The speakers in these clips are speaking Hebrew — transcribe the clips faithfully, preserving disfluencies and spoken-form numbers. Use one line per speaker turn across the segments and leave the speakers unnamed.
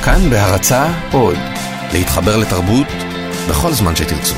כאן בהרצאה עוד, להתחבר לתרבות בכל זמן שתרצו.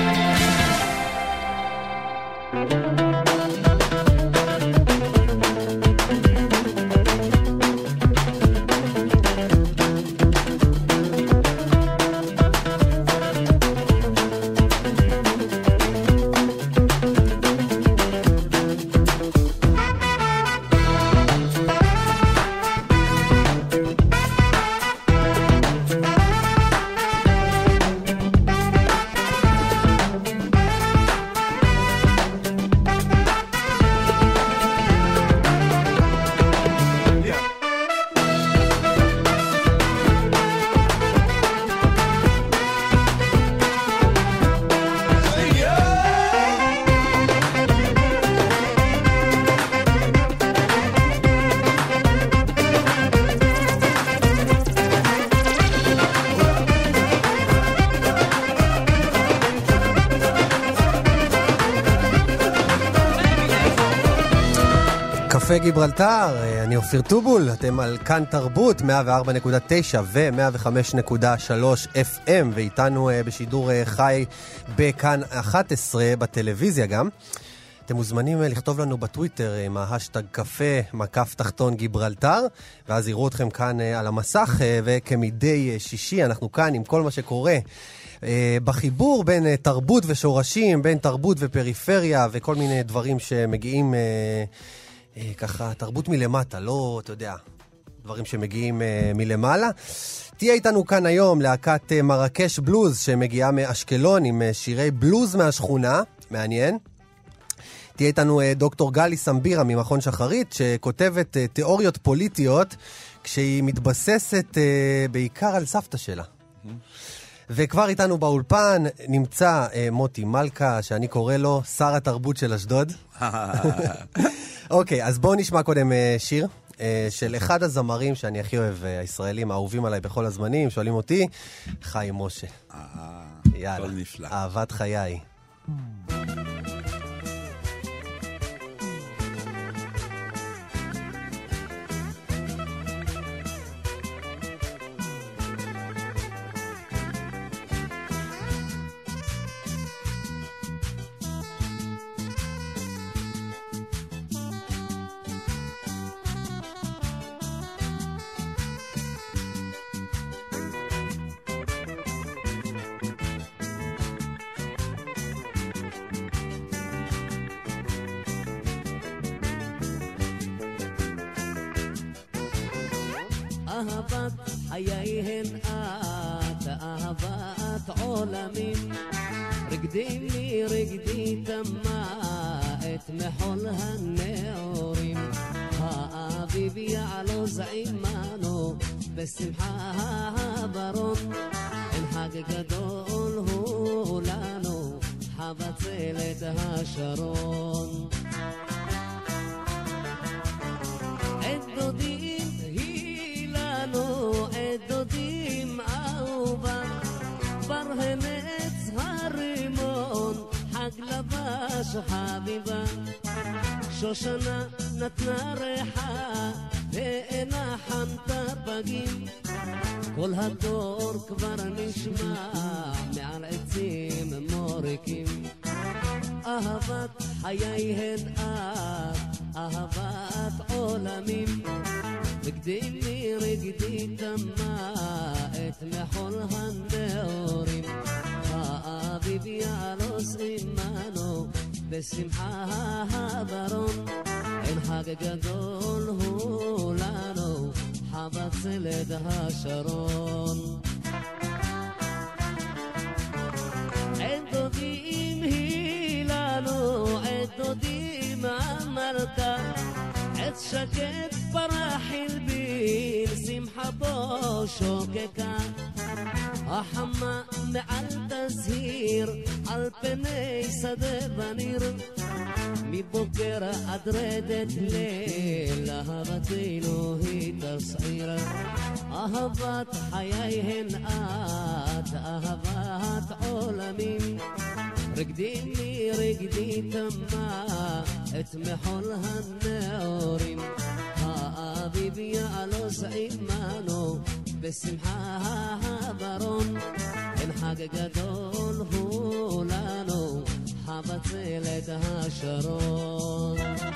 גיברלטר, אני אופיר טובול, אתם על כאן תרבות מאה וארבע נקודה תשע ו-מאה וחמש נקודה שלוש אף אם, ואיתנו בשידור חי בכאן אחת עשרה בטלוויזיה גם. אתם מוזמנים לכתוב לנו בטוויטר עם ההשטג קפה מקף תחתון גיברלטר, ואז יראו אתכם כאן על המסך, וכמדי שישי אנחנו כאן עם כל מה שקורה בחיבור בין תרבות ושורשים, בין תרבות ופריפריה וכל מיני דברים שמגיעים ככה, תרבות מלמטה, לא, אתה יודע, דברים שמגיעים מלמעלה. תהיה איתנו כאן היום להקת מרקש בלוז שמגיעה מאשקלון עם שירי בלוז מהשכונה, מעניין. תהיה איתנו דוקטור גלי סמבירה ממכון שחרית שכותבת תיאוריות פוליטיות כשהיא מתבססת בעיקר על סבתא שלה. וכבר איתנו באולפן נמצא מוטי מלכה, שאני קורא לו שר התרבות של אשדוד. אוקיי, אז בואו נשמע קודם שיר של אחד הזמרים שאני הכי אוהב, הישראלים האהובים עליי בכל הזמנים, שואלים אותי, חיים משה. יאללה, אהבת חיי.
אהבת חייהן את, אהבת עולמים, רגדי לי רגדי תמה את מחול הנאורים, האביב יעלוז עמנו בשמחה הברון, אין חג גדול הוא לנו, חבצלת השרון. את דודים את דודים אהובה ברהנץ הרימון, חג לבש חביבה, שושנה נתנה ריחה ואינה חנתה פגים, כל הדור כבר נשמע מעל עצים מוריקים. אהבת חייהן את, אהבת עולמים, רגדי לי רגדי תמה את מחול הנאורים, האביב יעלוז עמנו בשמחה הברון, אין חג גדול הוא לנו, חבצלת השרון. אין דודים היא לנו, אין דודים המלכה, עת שקט פרח הלבין, שמחה בו שוקקה, החמה מעל תזהיר, על פני שדה וניר, מבוקר עד רדת ליל, אהבתנו היא תסעיר. אהבת חייהן את, אהבת עולמים, רגדי לי רגדי תמה את מחול הנאורים, האביב יעלוז עמנו בשמחה ברון, אין חג גדול הוא לנו, חבצלת השרון.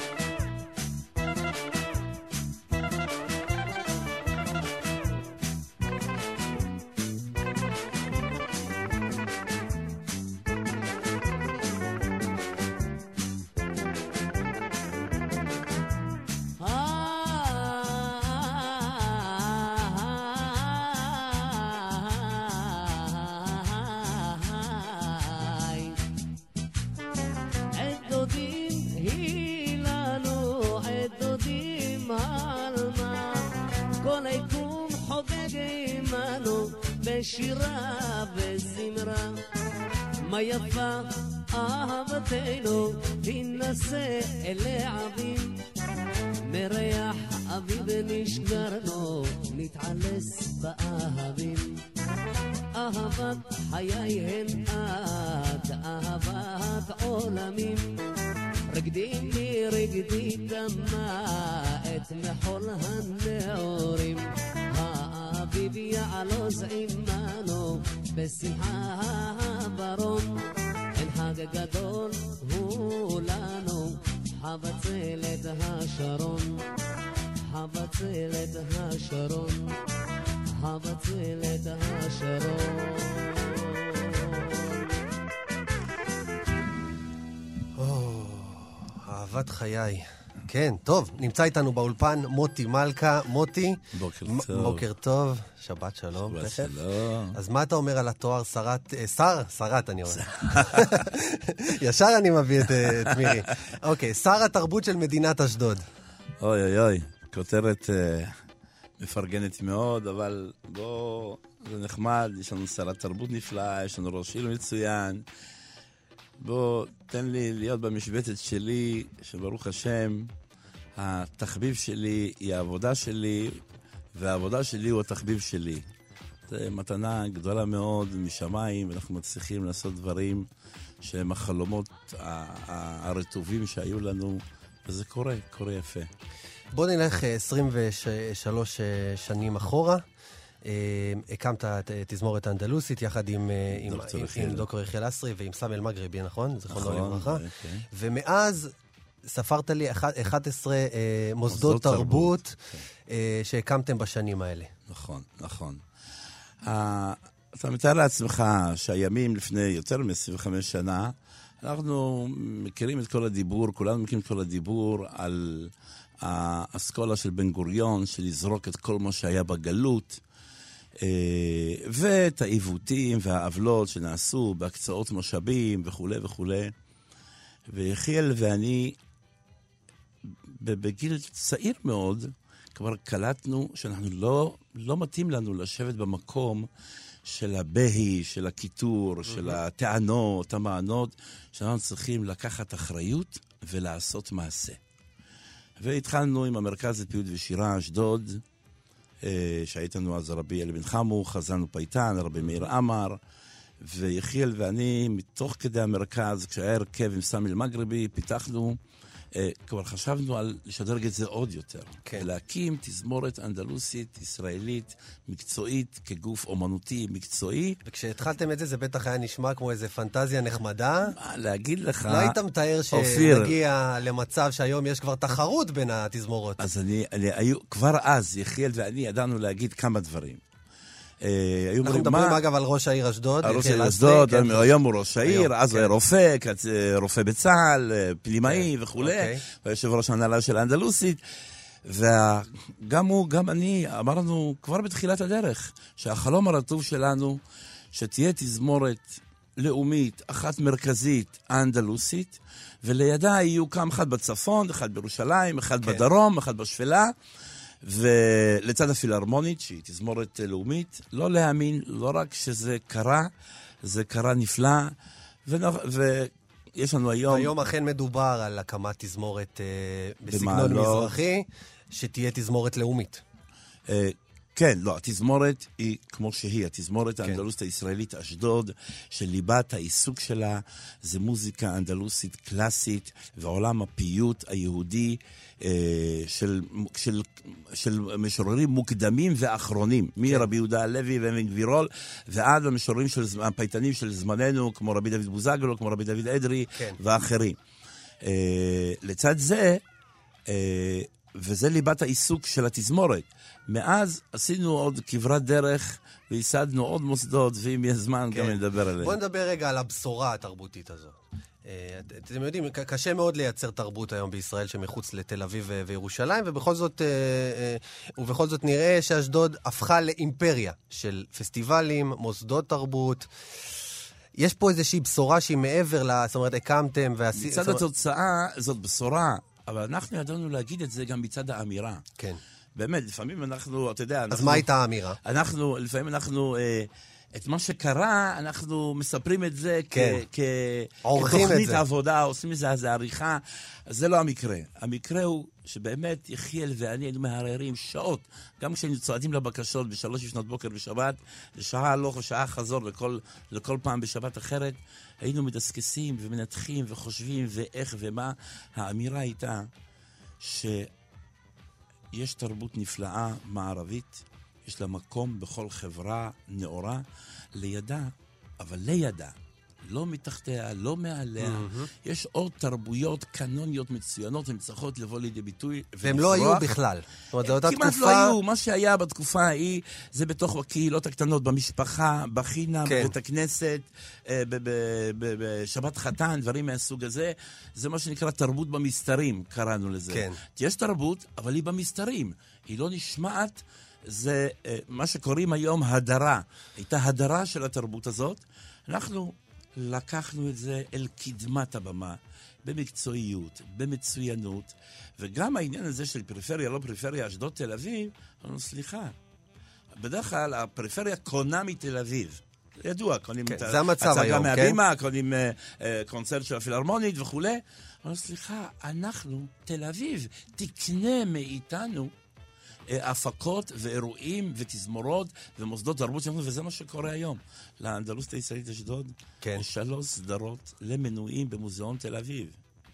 בשירה וזמרה, מה יפה אהבתנו, תנסה אלי אביב, מריח אביב נשגרנו, נתעלס באהבים. אהבת חיי הן את, אהבת עולמים, רגדי לי רגדי דמה את מחול הנאורים. האביב יעלוז עמנו בשמחה ברון, אין חג גדול הוא לנו, חבצלת השרון, חבצלת השרון, חבצלת השרון.
אהבת חיי. כן, טוב, נמצא איתנו באולפן מוטי מלכה. מוטי,
בוקר
מ-
טוב.
בוקר טוב, שבת שלום.
שבת
תכף.
שלום.
אז מה אתה אומר על התואר שרת, אה, שר? שרת אני אומר. ישר אני מביא את, אה, את מירי. אוקיי, שר התרבות של מדינת אשדוד.
אוי אוי אוי, כותרת אה, מפרגנת מאוד, אבל בוא, זה נחמד, יש לנו שרת תרבות נפלאה, יש לנו ראש עיר מצוין. בוא, תן לי להיות במשבצת שלי, שברוך השם, התחביב שלי היא העבודה שלי, והעבודה שלי הוא התחביב שלי. זו מתנה גדולה מאוד משמיים, ואנחנו מצליחים לעשות דברים שהם החלומות הרטובים שהיו לנו, וזה קורה, קורה יפה.
בוא נלך אה, עשרים ושלוש אה, שנים אחורה. אה, הקמת את אה, תזמורת האנדלוסית יחד עם, אה, עם,
דוקטור
עם,
יחיאל.
עם דוקטור יחיאל אסרי ועם סמל מגרבי, נכון? זכרונו
נכון,
לברכה.
כן.
ומאז ספרת לי אחד עשר אה, מוסדות
מוסדות
תרבות,
תרבות,
אה, שהקמתם בשנים האלה.
נכון, נכון. Uh, אתה מתאר לעצמך שהימים לפני יותר מ-עשרים וחמש שנה, אנחנו מכירים את כל הדיבור, כולנו מכירים את כל הדיבור על האסכולה של בן גוריון, של לזרוק את כל מה שהיה בגלות, uh, ואת העיוותים והעוולות שנעשו בהקצאות משאבים וכו' וכו'. ויחיאל ואני, בגיל צעיר מאוד, כבר קלטנו שאנחנו לא, לא מתאים לנו לשבת במקום של הבהי, של הכיתור, mm-hmm. של הטענות, המענות, שאנחנו צריכים לקחת אחריות ולעשות מעשה. והתחלנו עם המרכז לפיוט ושירה אשדוד, שהייתנו אז רבי אלי בן חמו, חזנו פייטן, רבי מאיר עמר, ויחיאל ואני, מתוך כדי המרכז, כשהיה הרכב עם סמל מגרבי, פיתחנו, אה, כבר חשבנו על לשדרג את זה עוד יותר.
כן.
להקים תזמורת אנדלוסית, ישראלית, מקצועית, כגוף אומנותי מקצועי.
וכשהתחלתם את זה, זה בטח היה נשמע כמו איזה פנטזיה נחמדה.
מה, להגיד לך...
לא היית מתאר
אופיר,
שנגיע למצב שהיום יש כבר תחרות בין התזמורות.
אז אני, אני, היו, כבר אז, יחיאל ואני ידענו להגיד כמה דברים.
אנחנו מדברים אגב על ראש העיר אשדוד.
ראש העיר אשדוד, היום הוא ראש העיר, אז הוא היה רופא, רופא בצה"ל, פנימאי וכו', ויושב ראש הנהלה של האנדלוסית, וגם הוא, גם אני, אמרנו כבר בתחילת הדרך, שהחלום הרטוב שלנו, שתהיה תזמורת לאומית, אחת מרכזית, האנדלוסית, ולידה יהיו כמה אחד בצפון, אחד בירושלים, אחד בדרום, אחד בשפלה, ולצד הפילהרמונית, שהיא תזמורת לאומית, לא להאמין, לא רק שזה קרה, זה קרה נפלא, ויש לנו היום...
היום אכן מדובר על הקמת תזמורת בסגנון מזרחי, שתהיה תזמורת לאומית.
כן, לא, התזמורת היא כמו שהיא, התזמורת האנדלוסית הישראלית אשדוד, שליבת העיסוק שלה זה מוזיקה אנדלוסית קלאסית, ועולם הפיוט היהודי של, של, של משוררים מוקדמים ואחרונים, מרבי יהודה הלוי ואבן גבירול, ועד המשוררים של הפייטנים של זמננו, כמו רבי דוד בוזגלו, כמו רבי דוד אדרי, כן. ואחרים. לצד זה, וזה ליבת העיסוק של התזמורת. מאז עשינו עוד כברת דרך, וייסדנו עוד מוסדות, ואם יש זמן כן. גם נדבר עליהם.
בואו נדבר רגע על הבשורה התרבותית הזו. אתם יודעים, קשה מאוד לייצר תרבות היום בישראל שמחוץ לתל אביב וירושלים, ובכל זאת, ובכל זאת נראה שאשדוד הפכה לאימפריה של פסטיבלים, מוסדות תרבות. יש פה איזושהי בשורה שהיא מעבר, זאת אומרת, הקמתם ועשיתם...
מצד התוצאה זאת בשורה, אבל אנחנו ידענו להגיד את זה גם מצד האמירה.
כן.
באמת, לפעמים אנחנו, אתה יודע...
אז מה הייתה האמירה?
אנחנו, לפעמים אנחנו... את מה שקרה, אנחנו מספרים את זה כן. כ- כתוכנית עבודה, עושים את זה, אז העריכה. זה לא המקרה. המקרה הוא שבאמת יחיאל ואני היינו מהרהרים שעות, גם כשהיינו צועדים לבקשות בשלוש לפנות בוקר בשבת, לשעה הלוך ושעה חזור לכל, לכל פעם בשבת אחרת, היינו מדסקסים ומנתחים וחושבים ואיך ומה. האמירה הייתה שיש תרבות נפלאה מערבית, יש לה מקום בכל חברה נאורה, לידה, אבל לידה, לא מתחתיה, לא מעליה. Mm-hmm. יש עוד תרבויות קנוניות מצוינות, הן צריכות לבוא לידי ביטוי.
והם לא היו בכלל. זאת אומרת, זו אותה
כמעט
תקופה...
לא היו, מה שהיה בתקופה ההיא, זה בתוך הקהילות הקטנות, במשפחה, בחינם, כן. בבית הכנסת, בשבת חתן, דברים מהסוג הזה. זה מה שנקרא תרבות במסתרים, קראנו לזה. כן. יש תרבות, אבל היא במסתרים. היא לא נשמעת... זה מה שקוראים היום הדרה. הייתה הדרה של התרבות הזאת. אנחנו לקחנו את זה אל קדמת הבמה, במקצועיות, במצוינות, וגם העניין הזה של פריפריה, לא פריפריה, אשדוד תל אביב, אמרנו, סליחה. בדרך כלל הפריפריה קונה מתל אביב. ידוע, קונים
כן,
את
זה המצב היום,
מהבימה,
כן?
קונים uh, קונצרט של הפילהרמונית וכו'. אמרנו, סליחה, אנחנו, תל אביב, תקנה מאיתנו הפקות ואירועים ותזמורות ומוסדות תרבות שלנו, וזה מה שקורה היום. לאנדלוסית הישראלית אשדוד, כן. יש שלוש סדרות למנויים במוזיאון תל אביב.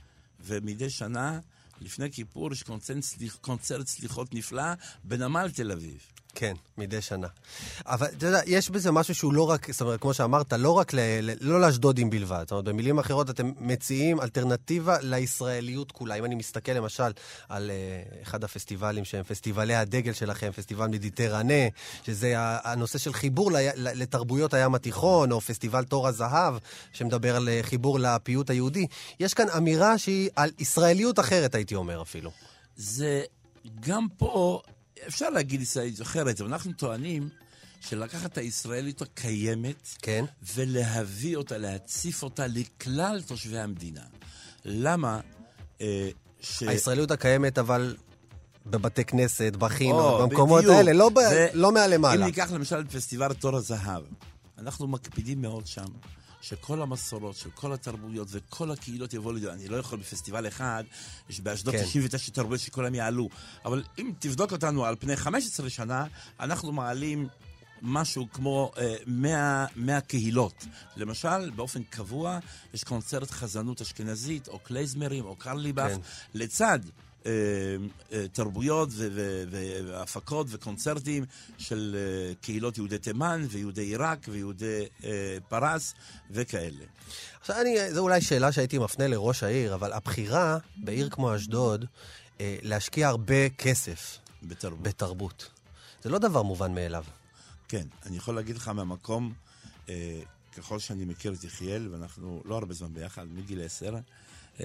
ומדי שנה, לפני כיפור, יש קונצרט, סליח, קונצרט סליחות נפלא בנמל תל אביב.
כן, מדי שנה. אבל אתה יודע, יש בזה משהו שהוא לא רק, זאת אומרת, כמו שאמרת, לא רק ל, ל, לא לאשדודים בלבד. זאת אומרת, במילים אחרות אתם מציעים אלטרנטיבה לישראליות כולה. אם אני מסתכל למשל על uh, אחד הפסטיבלים שהם פסטיבלי הדגל שלכם, פסטיבל מדיטרנה, שזה הנושא של חיבור ל, ל, לתרבויות הים התיכון, או פסטיבל תור הזהב, שמדבר על חיבור לפיוט היהודי. יש כאן אמירה שהיא על ישראליות אחרת, הייתי אומר אפילו.
זה גם פה... אפשר להגיד ישראלית אחרת, אבל אנחנו טוענים שלקחת את הישראלית הקיימת,
כן.
ולהביא אותה, להציף אותה לכלל תושבי המדינה. למה? אה, ש...
הישראליות הקיימת, אבל בבתי כנסת, בחינות, במקומות בדיוק. האלה, לא, ב... ו... לא מעלה-מעלה.
אם ניקח למשל את פסטיבל תור הזהב, אנחנו מקפידים מאוד שם, שכל המסורות, של כל התרבויות וכל הקהילות יבואו לידי. אני לא יכול בפסטיבל אחד, יש באשדוד כן. תשעים ותשע תרבויות שכולם יעלו. אבל אם תבדוק אותנו על פני חמש עשרה שנה, אנחנו מעלים משהו כמו אה, מאה קהילות. למשל, באופן קבוע, יש קונצרט חזנות אשכנזית, או קלייזמרים, או קרליבך, כן. לצד אה, אה, תרבויות והפקות וקונצרטים של אה, קהילות יהודי תימן ויהודי עיראק ויהודי אה, פרס וכאלה.
עכשיו, אני, זו אולי שאלה שהייתי מפנה לראש העיר, אבל הבחירה בעיר כמו אשדוד אה, להשקיע הרבה כסף
בתרבות.
בתרבות. זה לא דבר מובן מאליו.
כן, אני יכול להגיד לך מהמקום, אה, ככל שאני מכיר את יחיאל, ואנחנו לא הרבה זמן ביחד, מגיל עשר, אה,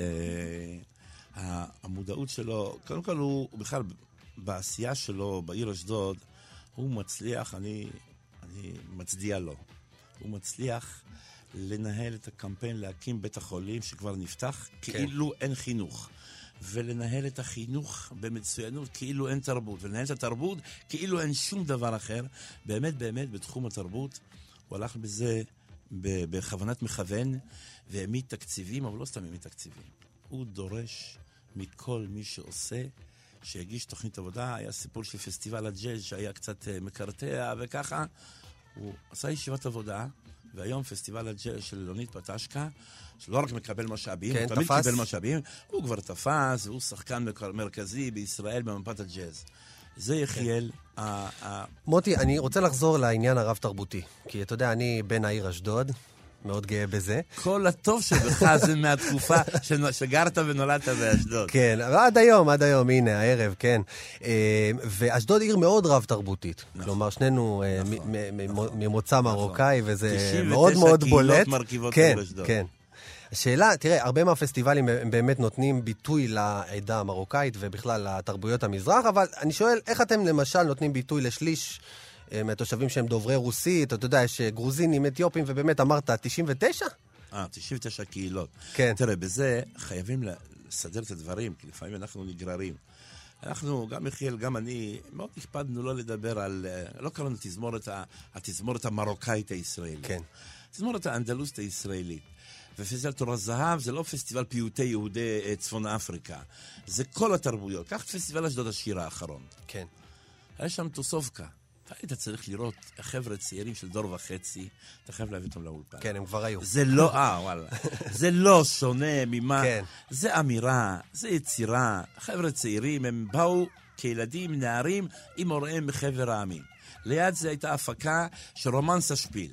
המודעות שלו, קודם כל הוא, הוא בכלל בעשייה שלו בעיר אשדוד, הוא מצליח, אני, אני מצדיע לו, הוא מצליח לנהל את הקמפיין, להקים בית החולים שכבר נפתח, כן. כאילו אין חינוך. ולנהל את החינוך במצוינות כאילו אין תרבות, ולנהל את התרבות כאילו אין שום דבר אחר. באמת באמת בתחום התרבות הוא הלך בזה בכוונת מכוון והעמיד תקציבים, אבל לא סתם העמיד תקציבים, הוא דורש מכל מי שעושה שהגיש תוכנית עבודה, היה סיפור של פסטיבל הג'אז שהיה קצת מקרטע וככה. הוא עשה ישיבת עבודה, והיום פסטיבל הג'אז של לונית פטשקה, שלא רק מקבל משאבים,
כן,
הוא תמיד
תפס.
קיבל משאבים, הוא כבר תפס, והוא שחקן מרכזי בישראל במפת הג'אז. זה יחיאל.
כן.
ה- ה-
מוטי, אני רוצה לחזור לעניין הרב תרבותי, כי אתה יודע, אני בן העיר אשדוד, מאוד גאה בזה.
כל הטוב שבך זה מהתקופה שגרת ונולדת באשדוד.
כן, אבל עד היום, עד היום, הנה, הערב, כן. ואשדוד עיר מאוד רב-תרבותית. כלומר, שנינו ממוצא מרוקאי, וזה מאוד מאוד בולט.
תשעים ותשע קהילות מרכיבות
כן,
באשדוד.
כן. השאלה, תראה, הרבה מהפסטיבלים הם באמת נותנים ביטוי לעדה המרוקאית, ובכלל לתרבויות המזרח, אבל אני שואל, איך אתם למשל נותנים ביטוי לשליש מהתושבים שהם דוברי רוסית, אתה יודע, יש גרוזינים, אתיופים, ובאמת אמרת, תשעים ותשע?
אה, תשעים ותשע קהילות.
כן.
תראה, בזה חייבים לסדר את הדברים, כי לפעמים אנחנו נגררים. אנחנו, גם יחיאל, גם אני, מאוד הקפדנו לא לדבר על, לא קראנו תזמורת, התזמורת המרוקאית הישראלית.
כן.
תזמורת האנדלוסית הישראלית. ופסטיבל תורת זהב זה לא פסטיבל פיוטי יהודי צפון אפריקה. זה כל התרבויות. קח את פסטיבל אשדוד השיר האחרון.
כן.
היה שם תוסופקה. היית צריך לראות חבר'ה צעירים של דור וחצי, אתה חייב להביא אותם לאולפן.
כן, הם כבר היו.
זה לא, אה, וואלה. זה לא שונה ממה...
כן.
זה אמירה, זה יצירה. חבר'ה צעירים, הם באו כילדים, נערים, עם הוריהם מחבר העמים. ליד זה הייתה הפקה של רומנס השפיל.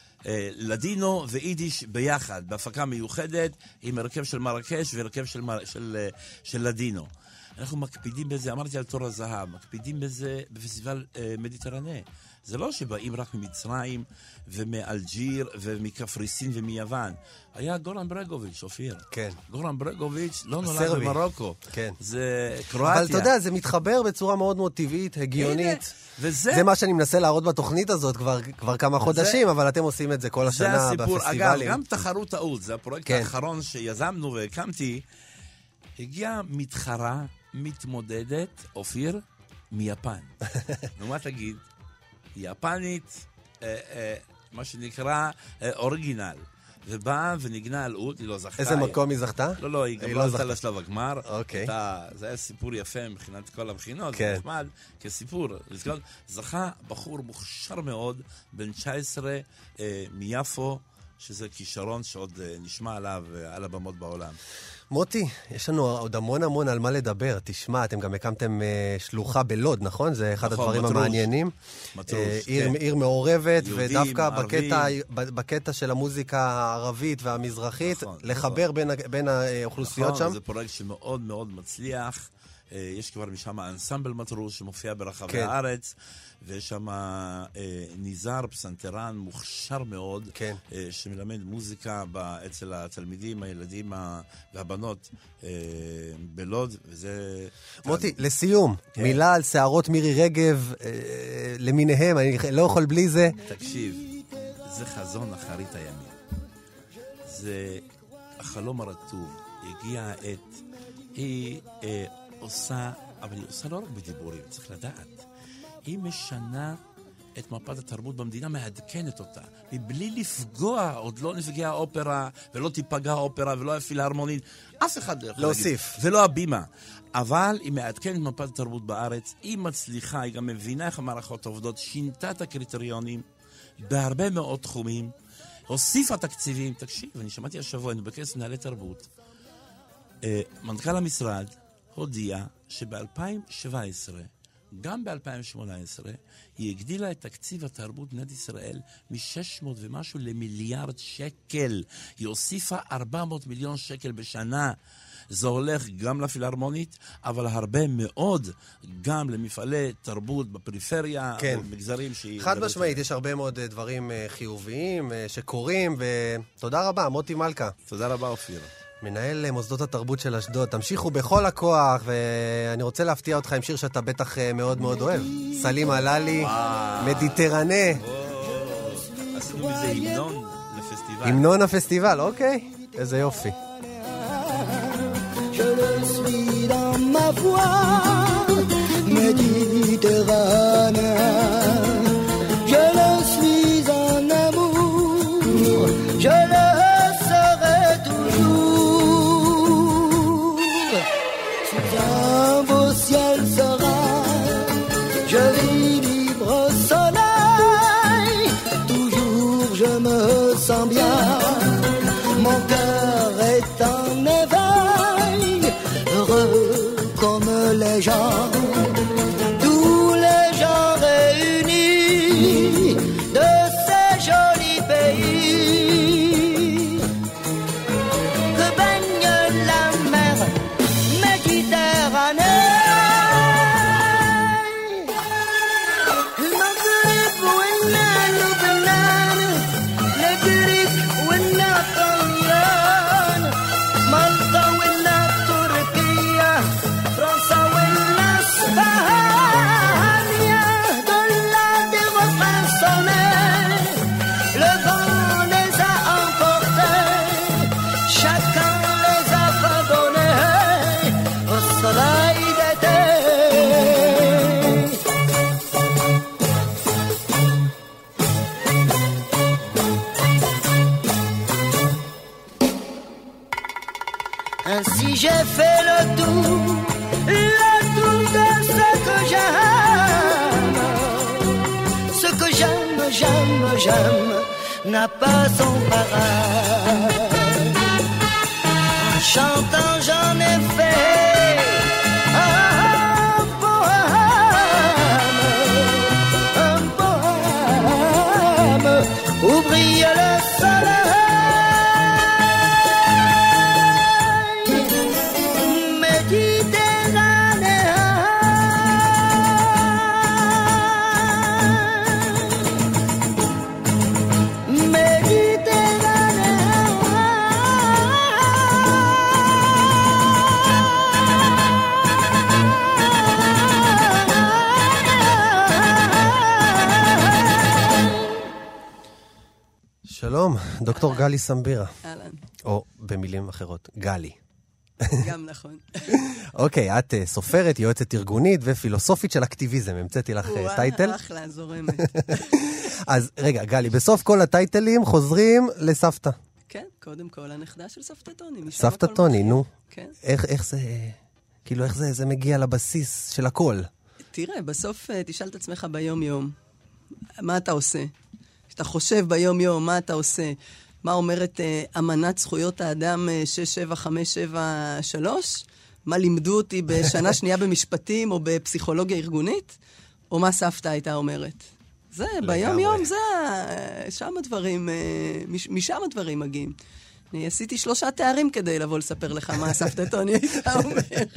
לדינו ואידיש ביחד, בהפקה מיוחדת, עם הרכב של מרקש והרכב של, מר... של, של לדינו. אנחנו מקפידים בזה, אמרתי על תור הזהב, מקפידים בזה בפסטיבל אה, מדיטרנה. זה לא שבאים רק ממצרים ומאלג'יר ומקפריסין ומיוון. היה גורן ברגוביץ', אופיר.
כן.
גורן ברגוביץ' לא נולד
הסרבי.
במרוקו.
כן.
זה קרואטיה.
אבל אתה יודע, זה מתחבר בצורה מאוד מאוד טבעית, הגיונית.
וזה...
זה מה שאני מנסה להראות בתוכנית הזאת כבר, כבר כמה חודשים, אבל אתם עושים את זה כל השנה
זה הסיפור.
בפסטיבלים.
אגב, גם תחרות האוד, זה הפרויקט
כן.
האחרון שיזמנו והקמתי, הגיעה מתחרה, מתמודדת, אופיר, מיפן. נו, מה תגיד? יפנית, אה, אה, מה שנקרא אה, אוריגינל. ובאה ונגנה על אוד, היא לא זכתה.
איזה מקום היא זכתה?
לא, לא, היא גם לא עלתה לשלב הגמר.
אוקיי.
אתה, זה היה סיפור יפה מבחינת כל הבחינות,
כן.
זה נחמד כסיפור. זכה בחור מוכשר מאוד, בן תשע עשרה, אה, מיפו, שזה כישרון שעוד אה, נשמע עליו אה, על הבמות בעולם.
מוטי, יש לנו עוד המון המון על מה לדבר. תשמע, אתם גם הקמתם אה, שלוחה בלוד, נכון? זה אחד
נכון,
הדברים
מטרוש.
המעניינים.
מטרוש,
אה,
כן.
עיר, עיר מעורבת,
יהודים,
ודווקא
ערבים.
בקטע, בקטע של המוזיקה הערבית והמזרחית,
נכון,
לחבר
נכון.
בין, בין האוכלוסיות
נכון,
שם.
זה פרויקט שמאוד מאוד מצליח. אה, יש כבר משם אנסמבל מטרוש שמופיע ברחבי
כן.
הארץ, ויש שם אה, ניזר פסנתרן מוכשר מאוד,
כן.
אה, שמלמד מוזיקה ב, אצל התלמידים, הילדים ה, והבנות אה, בלוד, וזה...
מוטי, לסיום,
כן.
מילה על שערות מירי רגב אה, למיניהם, אני לא יכול בלי זה.
תקשיב, זה חזון אחרית הימים. זה החלום הרטוב, הגיעה העת. היא אה, עושה, אבל היא עושה לא רק בדיבורים, צריך לדעת. היא משנה את מפת התרבות במדינה, מעדכנת אותה, מבלי לפגוע, עוד לא נפגעה האופרה, ולא תיפגע האופרה, ולא הפילהרמונית, אף אחד לא יכול
להוסיף.
להגיד. ולא הבימה. אבל היא מעדכנת את מפת התרבות בארץ, היא מצליחה, היא גם מבינה איך המערכות עובדות, שינתה את הקריטריונים, בהרבה מאוד תחומים, הוסיפה תקציבים. תקשיב, אני שמעתי השבוע, אני בכנס מנהלי תרבות, אה, מנכ"ל המשרד הודיע שב-אלפיים שבע עשרה, גם ב-אלפיים שמונה עשרה, היא הגדילה את תקציב התרבות במדינת ישראל מ-שש מאות ומשהו למיליארד שקל. היא הוסיפה ארבע מאות מיליון שקל בשנה. זה הולך גם לפילהרמונית, אבל הרבה מאוד גם למפעלי תרבות בפריפריה,
כן.
במגזרים שהיא...
חד משמעית, יש הרבה מאוד אה, דברים אה, חיוביים אה, שקורים, ותודה רבה, מוטי מלכה.
תודה רבה, אופיר.
מנהל אה, מוסדות התרבות של אשדוד. תמשיכו בכל הכוח, ואני רוצה להפתיע אותך עם שיר שאתה בטח אה, מאוד מאוד אוהב. סלים הללי, מדיטרנה.
עשינו מזה המנון לפסטיבל.
המנון הפסטיבל, אוקיי. איזה יופי.
Je le suis dans ma voix méditerranéen. Je le suis en amour, je le serai toujours. Sous un beau ciel me sens bien. Mon cœur est en éveil, heureux comme les gens. Tous les gens réunis de ces jolis pays que baigne la mer Méditerranée. Ainsi j'ai fait le tour, le tour de ce que j'aime. Ce que j'aime, j'aime, j'aime n'a pas son pareil. En chantant j'en ai fait un poème, un poème où brille le soleil.
שלום, דוקטור גלי סמבירה.
אהלן.
או במילים אחרות, גלי.
גם נכון.
אוקיי, את סופרת, יועצת ארגונית ופילוסופית של אקטיביזם. המצאתי לך טייטל.
אחלה, זורמת.
אז רגע, גלי, בסוף כל הטייטלים חוזרים לסבתא.
כן, קודם כל הנכדה של סבתא טוני.
סבתא טוני, נו.
כן.
איך, איך זה, כאילו, איך זה, זה מגיע לבסיס של הכל?
תראה, בסוף תשאל את עצמך ביום-יום, מה אתה עושה? כשאתה חושב ביום-יום, מה אתה עושה? מה אומרת אה, אמנת זכויות האדם אה, שש שבע חמש שבע שלוש? מה לימדו אותי בשנה שנייה במשפטים או בפסיכולוגיה ארגונית? או מה סבתא הייתה אומרת? זה, ביום-יום, זה, שם הדברים, אה, מש, משם הדברים מגיעים. אני עשיתי שלושה תארים כדי לבוא לספר לך מה סבתא טוני הייתה אומרת.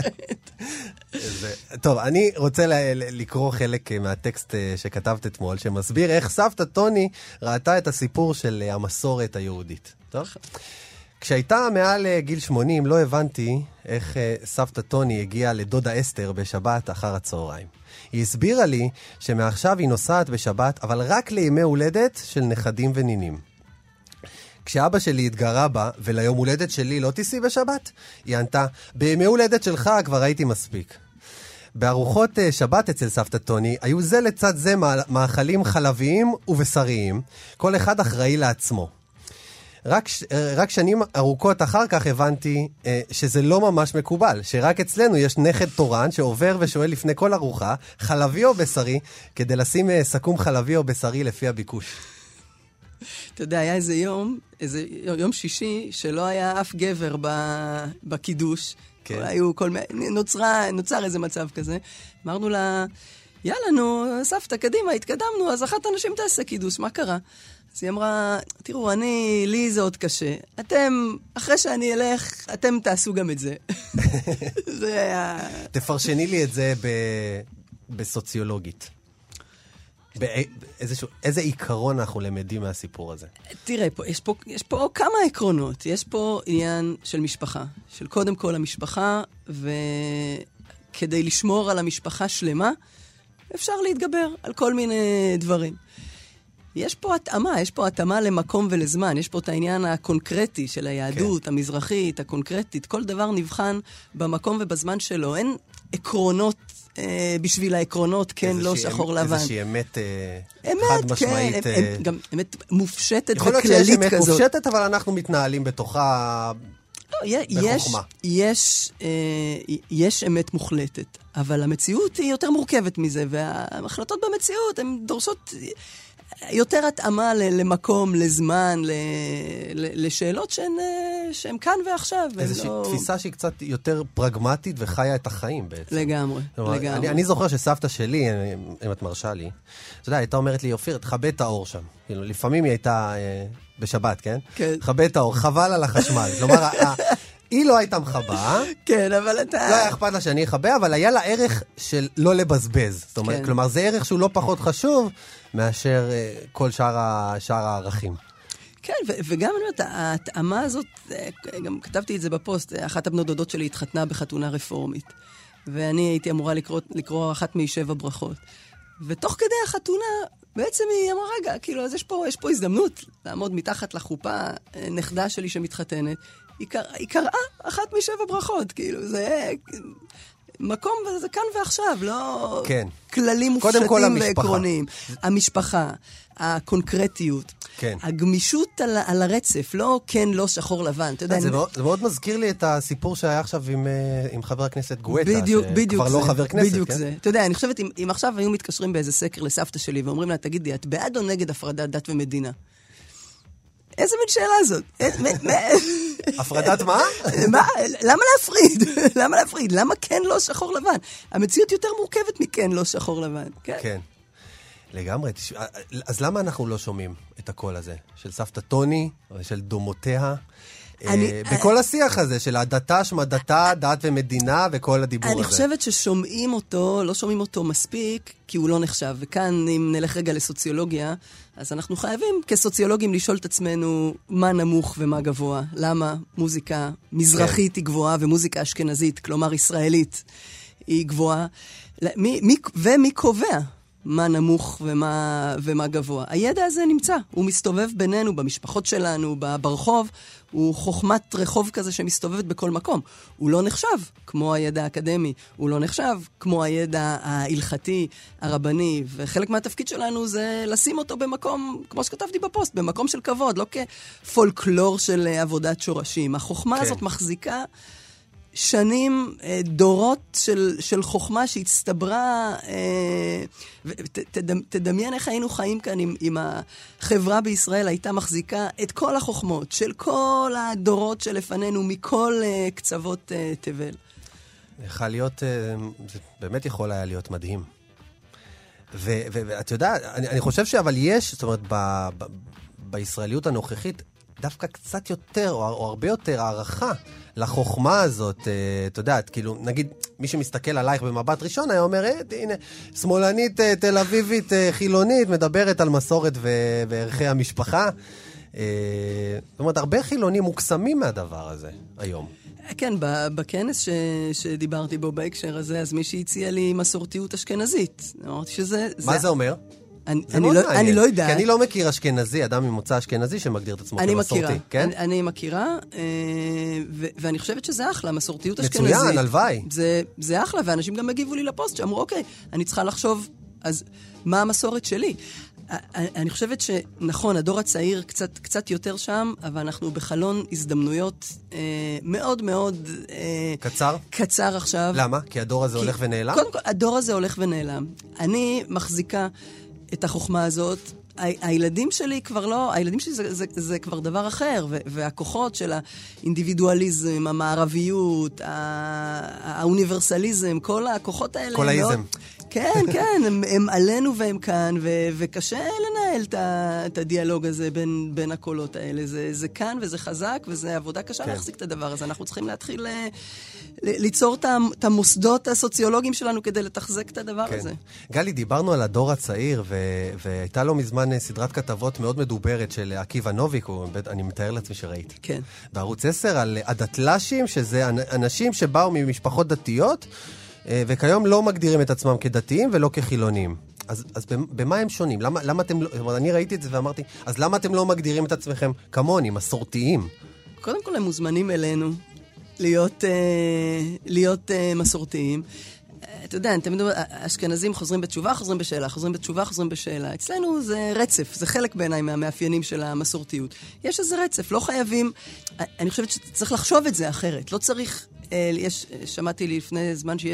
טוב, אני רוצה לקרוא חלק מהטקסט שכתבת אתמול, שמסביר איך סבתא טוני ראתה את הסיפור של המסורת היהודית. טוב? כשהייתה מעל גיל שמונים, לא הבנתי איך סבתא טוני הגיעה לדודה אסתר בשבת אחר הצהריים. היא הסבירה לי שמעכשיו היא נוסעת בשבת, אבל רק לימי הולדת של נכדים ונינים. כשאבא שלי התגרה בה, וליום הולדת שלי לא תיסי בשבת, היא ענתה, בימי הולדת שלך כבר הייתי מספיק. בארוחות שבת אצל סבתא טוני, היו זה לצד זה מאכלים חלביים ובשריים, כל אחד אחראי לעצמו. רק, רק שנים ארוכות אחר כך הבנתי אה, שזה לא ממש מקובל, שרק אצלנו יש נכד תורן שעובר ושואל לפני כל ארוחה, חלבי או בשרי, כדי לשים אה, סכום חלבי או בשרי לפי הביקוש.
אתה יודע, היה איזה יום, איזה יום שישי, שלא היה אף גבר בקידוש. כן. היו כל מיני, נוצרה, נוצר איזה מצב כזה. אמרנו לה, יאללה, נו, סבתא, קדימה, התקדמנו, אז אחת אנשים תעשה קידוש, מה קרה? אז היא אמרה, תראו, אני, לי זה עוד קשה. אתם, אחרי שאני אלך, אתם תעשו גם את זה. זה היה...
תפרשני לי את זה ב... בסוציולוגית. באיזשהו, איזה עיקרון אנחנו למדים מהסיפור הזה?
תראה, פה, יש, פה, יש פה כמה עקרונות. יש פה עניין של משפחה. של קודם כל המשפחה, וכדי לשמור על המשפחה שלמה, אפשר להתגבר על כל מיני דברים. יש פה התאמה, יש פה התאמה למקום ולזמן. יש פה את העניין הקונקרטי של היהדות, כן. המזרחית, הקונקרטית. כל דבר נבחן במקום ובזמן שלו. אין עקרונות אה, בשביל העקרונות, כן, לא שחור לבן.
איזושהי אמת, אמת חד משמעית.
כן, אה... גם אמת מופשטת וכללית כזאת.
יכול להיות שיש אמת מופשטת, אבל אנחנו מתנהלים בתוכה
לא, בחוכמה. יש, אה, יש אמת מוחלטת, אבל המציאות היא יותר מורכבת מזה, וההחלטות במציאות הן דורשות... יותר התאמה למקום, לזמן, לשאלות שהן כאן ועכשיו.
איזושהי תפיסה שהיא קצת יותר פרגמטית וחיה את החיים בעצם.
לגמרי, לגמרי.
אני זוכר שסבתא שלי, אם את מרשה לי, אתה יודע, הייתה אומרת לי, אופיר, תכבה את האור שם. לפעמים היא הייתה בשבת, כן? כן. תכבה את האור, חבל על החשמל. כלומר, היא לא הייתה מחבה.
כן, אבל אתה...
לא היה אכפת לה שאני אחבה, אבל היה לה ערך של לא לבזבז. זאת אומרת, כלומר, זה ערך שהוא לא פחות חשוב מאשר כל שאר הערכים.
כן, וגם אני אומרת, ההתאמה הזאת, גם כתבתי את זה בפוסט, אחת הבנות דודות שלי התחתנה בחתונה רפורמית, ואני הייתי אמורה לקרוא אחת משבע ברכות. ותוך כדי החתונה, בעצם היא אמרה, רגע, כאילו, אז יש פה, יש פה הזדמנות לעמוד מתחת לחופה, נכדה שלי שמתחתנת, היא, קרא, היא קראה אחת משבע ברכות, כאילו, זה מקום, זה כאן ועכשיו, לא
כן.
כללים מופשטים ועקרוניים. המשפחה, הקונקרטיות, כן. הגמישות על, על הרצף, לא כן, לא שחור לבן. אתה יודע,
זה,
אני...
מאוד, זה מאוד מזכיר לי את הסיפור שהיה עכשיו עם, עם חבר הכנסת גואטה,
בדיוק,
שכבר
בדיוק
לא
זה,
חבר כנסת.
בדיוק
כן?
זה. אתה יודע, אני חושבת, אם, אם עכשיו היו מתקשרים באיזה סקר לסבתא שלי, ואומרים לה, תגידי, את בעד או נגד הפרדת דת ומדינה? איזה מין שאלה זאת?
הפרדת מה?
מה? למה להפריד? למה להפריד? למה כן לא שחור לבן? המציאות יותר מורכבת מכן לא שחור לבן.
כן. לגמרי. אז למה אנחנו לא שומעים את הקול הזה? של סבתא טוני, או של דומותיה? בכל השיח הזה של הדתה, שמדתה, דת ומדינה וכל הדיבור הזה.
אני חושבת ששומעים אותו, לא שומעים אותו מספיק, כי הוא לא נחשב. וכאן, אם נלך רגע לסוציולוגיה, אז אנחנו חייבים כסוציולוגים לשאול את עצמנו מה נמוך ומה גבוה. למה מוזיקה מזרחית היא גבוהה ומוזיקה אשכנזית, כלומר ישראלית, היא גבוהה. ומי קובע מה נמוך ומה, ומה גבוה. הידע הזה נמצא, הוא מסתובב בינינו, במשפחות שלנו, ברחוב, הוא חוכמת רחוב כזה שמסתובבת בכל מקום. הוא לא נחשב כמו הידע האקדמי, הוא לא נחשב כמו הידע ההלכתי, הרבני, וחלק מהתפקיד שלנו זה לשים אותו במקום, כמו שכתבתי בפוסט, במקום של כבוד, לא כפולקלור של עבודת שורשים. החוכמה כן. הזאת מחזיקה שנים, דורות של, של חוכמה שהצטברה, ותדמיין איך היינו חיים כאן אם, אם החברה בישראל הייתה מחזיקה את כל החוכמות של כל הדורות שלפנינו מכל קצוות תבל. יכול
להיות, זה באמת יכול היה להיות מדהים. ואת יודעת, אני, אני חושב שאבל יש, זאת אומרת, ב, ב, בישראליות הנוכחית, דווקא קצת יותר, או, או הרבה יותר, הערכה לחוכמה הזאת, אתה יודעת, כאילו, נגיד, מי שמסתכל עלייך במבט ראשון, היה אומר, הנה, שמאלנית, תל אביבית, חילונית, מדברת על מסורת ו- וערכי המשפחה. זאת אומרת, הרבה חילונים מוקסמים מהדבר הזה היום.
כן, בכנס ש- שדיברתי בו בהקשר הזה, אז מי שהציע לי מסורתיות אשכנזית. אמרתי שזה...
מה זה אומר?
אני, אני, לא, אני לא יודעת.
כי אני לא מכיר אשכנזי, אדם ממוצא אשכנזי שמגדיר את עצמו כמסורתי.
מכירה,
כן?
אני, אני מכירה, ו- ואני חושבת שזה אחלה, מסורתיות אשכנזית.
מצוין, הלוואי.
זה, זה אחלה, ואנשים גם הגיבו לי לפוסט, שאמרו, אוקיי, אני צריכה לחשוב, אז מה המסורת שלי? אני חושבת שנכון, הדור הצעיר קצת, קצת יותר שם, אבל אנחנו בחלון הזדמנויות אה, מאוד מאוד... אה,
קצר?
קצר עכשיו.
למה? כי הדור הזה כי, הולך ונעלם?
קודם כל, הדור הזה הולך ונעלם. אני מחזיקה את החוכמה הזאת. ה- הילדים שלי כבר לא... הילדים שלי זה, זה, זה כבר דבר אחר, ו- והכוחות של האינדיבידואליזם, המערביות, ה- האוניברסליזם, כל הכוחות האלה...
כל האיזם.
מאוד, כן, כן, הם, הם עלינו והם כאן, ו, וקשה לנהל את, ה, את הדיאלוג הזה בין, בין הקולות האלה. זה, זה כאן וזה חזק, וזה עבודה קשה כן. להחזיק את הדבר הזה. אנחנו צריכים להתחיל ל, ל, ליצור את, את המוסדות הסוציולוגיים שלנו כדי לתחזק את הדבר כן. הזה.
גלי, דיברנו על הדור הצעיר, ו, והייתה לו מזמן סדרת כתבות מאוד מדוברת של עקיבא נוביק, אני מתאר לעצמי שראיתי.
כן.
בערוץ עשר על הדתל"שים, שזה אנשים שבאו ממשפחות דתיות, וכיום לא מגדירים את עצמם כדתיים ולא כחילונים. אז, אז במה הם שונים? למה, למה אתם לא... אני ראיתי את זה ואמרתי, אז למה אתם לא מגדירים את עצמכם כמוני, מסורתיים?
קודם כל הם מוזמנים אלינו להיות, להיות מסורתיים. אתה יודע, אתם מדברים, אשכנזים חוזרים בתשובה, חוזרים בשאלה, חוזרים בתשובה, חוזרים בשאלה. אצלנו זה רצף, זה חלק בעיניי מהמאפיינים של המסורתיות. יש איזה רצף, לא חייבים... אני חושבת שצריך לחשוב את זה אחרת. לא צריך... יש, שמעתי לי לפני זמן שיש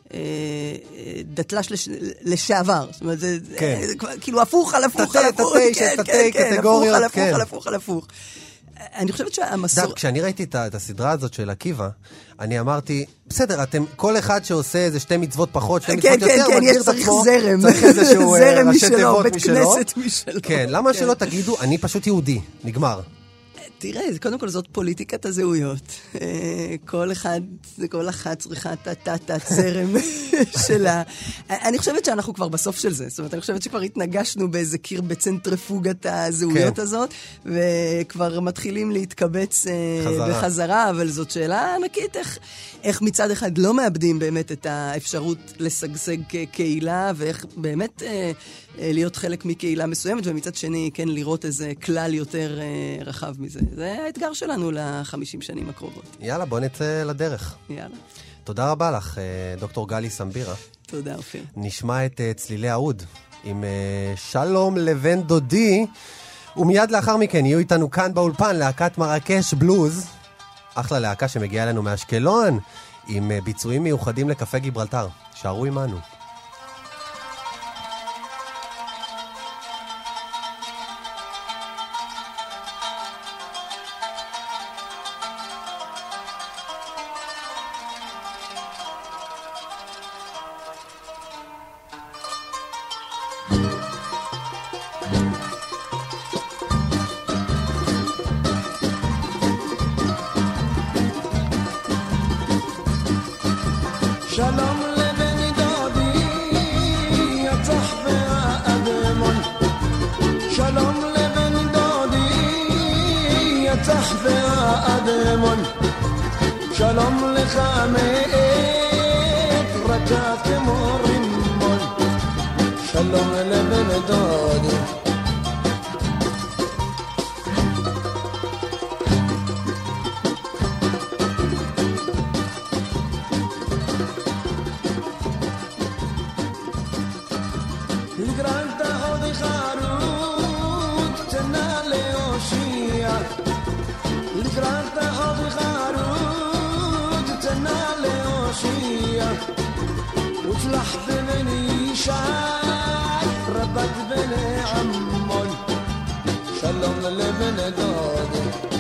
דתל"ש לשעבר. זאת אומרת, זה כאילו הפוך על הפוך על הפוך.
תתי, תתי, קטגוריות,
כן. הפוך על הפוך על הפוך. אני חושבת שהמסור...
כשאני ראיתי את הסדרה הזאת של עקיבא, אני אמרתי, בסדר, אתם, כל אחד שעושה איזה שתי מצוות פחות, שתי מצוות יותר, מגדיר את עצמו, צריך איזשהו ראשי תיבות משלו. כן, למה שלא תגידו, אני פשוט יהודי, נגמר.
תראה, קודם כל זאת פוליטיקת הזהויות. כל אחד, כל אחת צריכה תת זרם שלה. אני חושבת שאנחנו כבר בסוף של זה. זאת אומרת, אני חושבת שכבר התנגשנו באיזה קיר בצנטריפוגת הזהויות הזאת, וכבר מתחילים להתקבץ בחזרה, אבל זאת שאלה ענקית, איך מצד אחד לא מאבדים באמת את האפשרות לשגשג קהילה, ואיך באמת להיות חלק מקהילה מסוימת, ומצד שני, כן, לראות איזה כלל יותר רחב מזה. זה האתגר שלנו לחמישים שנים הקרובות.
יאללה, בוא נצא לדרך.
יאללה.
תודה רבה לך, דוקטור גלי סמבירה.
תודה, אופיר.
נשמע את צלילי העוד עם שלום לבן דודי, ומיד לאחר מכן יהיו איתנו כאן באולפן להקת מרקש בלוז, אחלה להקה שמגיעה לנו מאשקלון, עם ביצועים מיוחדים לקפה גיברלטר. שערו עמנו.
שלום לבני דודי, יצח והאדמון. שלום לבני דודי, יצח והאדמון. שלום לך מאת רכה כמו רימון. שלום לבני דודי. وطلح بني شاي ربط بني عمون. شلون لبن دودي